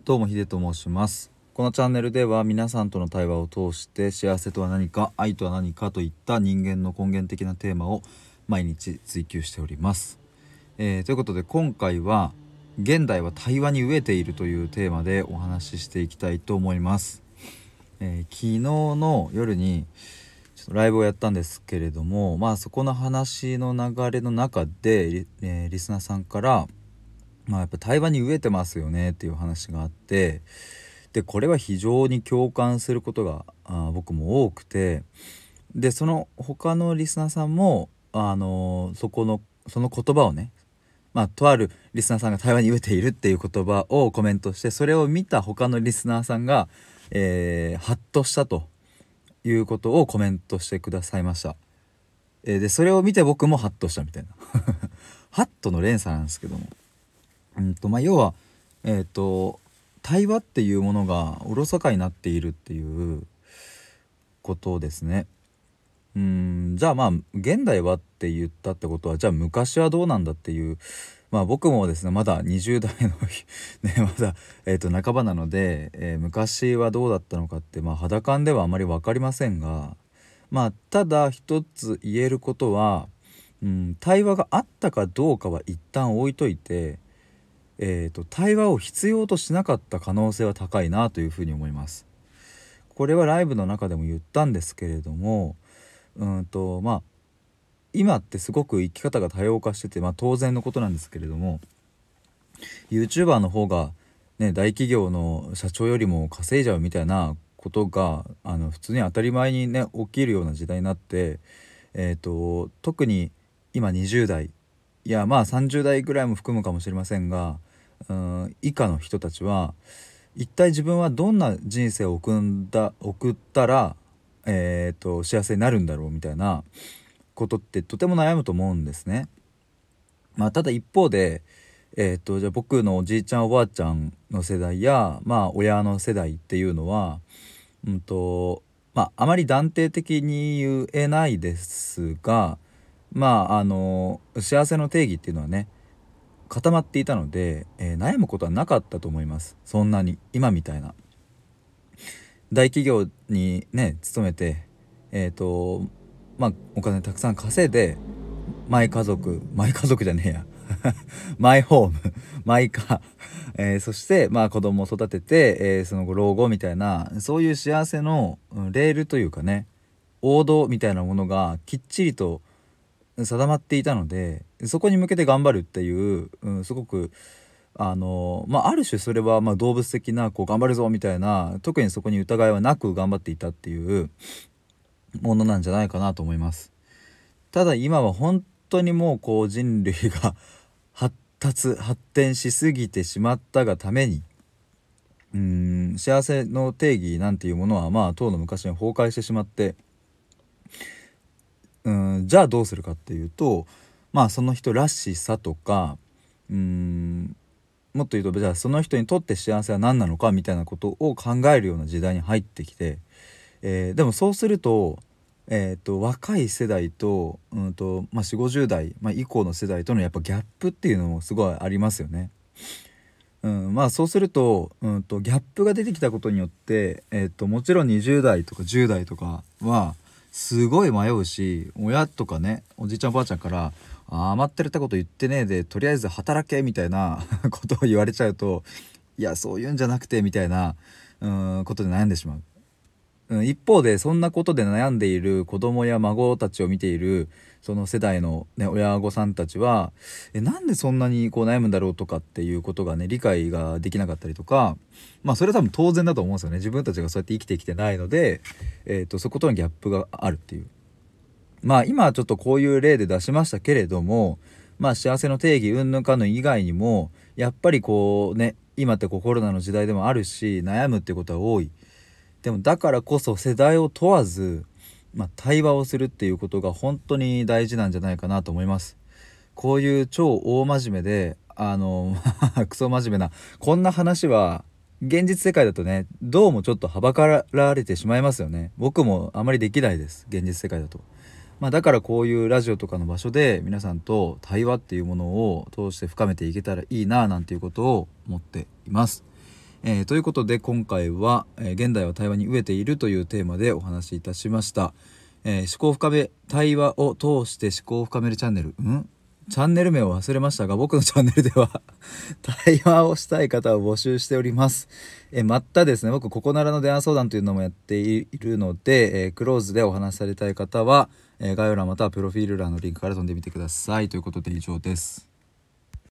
どうもヒデと申します。このチャンネルでは皆さんとの対話を通して幸せとは何か、愛とは何かといった人間の根源的なテーマを毎日追求しております。ということで今回は現代は対話に飢えているというテーマでお話ししていきたいと思います。昨日の夜にちょっとライブをやったんですけれども、そこの話の流れの中でリスナーさんからやっぱ対話に飢えてますよねっていう話があって、でこれは非常に共感することが僕も多くて、でその他のリスナーさんもその言葉をね、とあるリスナーさんが対話に飢えているっていう言葉をコメントして、それを見た他のリスナーさんが、ハッとしたということをコメントしてくださいました。でそれを見て僕もハッとしたみたいなハッとの連鎖なんですけども、要は対話っていうものがおろそかになっているっていうことですね。じゃあ現代はって言ったってことは、じゃあ昔はどうなんだっていう、僕もですねまだ20代のねまだ、半ばなので、昔はどうだったのかって肌感ではあまり分かりませんが、ただ一つ言えることは、対話があったかどうかは一旦置いといて、対話を必要としなかった可能性は高いなというふうに思います。これはライブの中でも言ったんですけれども、今ってすごく生き方が多様化してて、当然のことなんですけれども、 YouTuber の方がね大企業の社長よりも稼いじゃうみたいなことが普通に当たり前にね起きるような時代になって、特に今20代、いや30代ぐらいも含むかもしれませんが、以下の人たちは一体自分はどんな人生を送ったら、幸せになるんだろうみたいなことってとても悩むと思うんですね。ただ一方で、じゃあ僕のおじいちゃんおばあちゃんの世代や、親の世代っていうのは、あまり断定的に言えないですが、幸せの定義っていうのはね固まっていたので、悩むことはなかったと思います。そんなに今みたいな大企業にね勤めて、お金たくさん稼いで、マイ家族じゃねえやマイホームマイカー、そして子供を育てて、その後老後みたいな、そういう幸せのレールというかね、王道みたいなものがきっちりと定まっていたので、そこに向けて頑張るっていう、すごくある種それは動物的なこう頑張るぞみたいな、特にそこに疑いはなく頑張っていたっていうものなんじゃないかなと思います。ただ今は本当にもうこう人類が発展しすぎてしまったがために、幸せの定義なんていうものはとうの昔に崩壊してしまって、じゃあどうするかっていうと、その人らしさとか、もっと言うと、じゃあその人にとって幸せは何なのかみたいなことを考えるような時代に入ってきて、でもそうすると、若い世代と、4 5 0代、以降の世代とのやっぱギャップっていうのもすごいありますよね。そうすると、ギャップが出てきたことによって、もちろん20代とか10代とかはすごい迷うし、親とかねおじいちゃんおばあちゃんから余ってるってこと言ってねえでとりあえず働けみたいなことを言われちゃうと、いやそういうんじゃなくてみたいなことで悩んでしまう。一方でそんなことで悩んでいる子供や孫たちを見ているその世代の、親御さんたちはなんでそんなにこう悩むんだろうとかっていうことがね理解ができなかったりとか、それは多分当然だと思うんですよね。自分たちがそうやって生きてきてないので、そことのギャップがあるっていう。今はちょっとこういう例で出しましたけれども、幸せの定義云々かの以外にもやっぱりこうね、今ってコロナの時代でもあるし悩むってことは多い。でもだからこそ世代を問わず、対話をするっていうことが本当に大事なんじゃないかなと思います。こういう超大真面目でクソ真面目なこんな話は現実世界だとねどうもちょっとはばかられてしまいますよね。僕もあまりできないです、現実世界だと。だからこういうラジオとかの場所で皆さんと対話っていうものを通して深めていけたらいいななんていうことを思っています。 ということで今回は、現代は対話に飢えているというテーマでお話しいたしました。対話を通して思考を深めるチャンネルチャンネル名を忘れましたが、僕のチャンネルでは対話をしたい方を募集しております。またですね、僕ここならの電話相談というのもやっているので、クローズでお話しされたい方は、概要欄またはプロフィール欄のリンクから飛んでみてください。ということで以上です。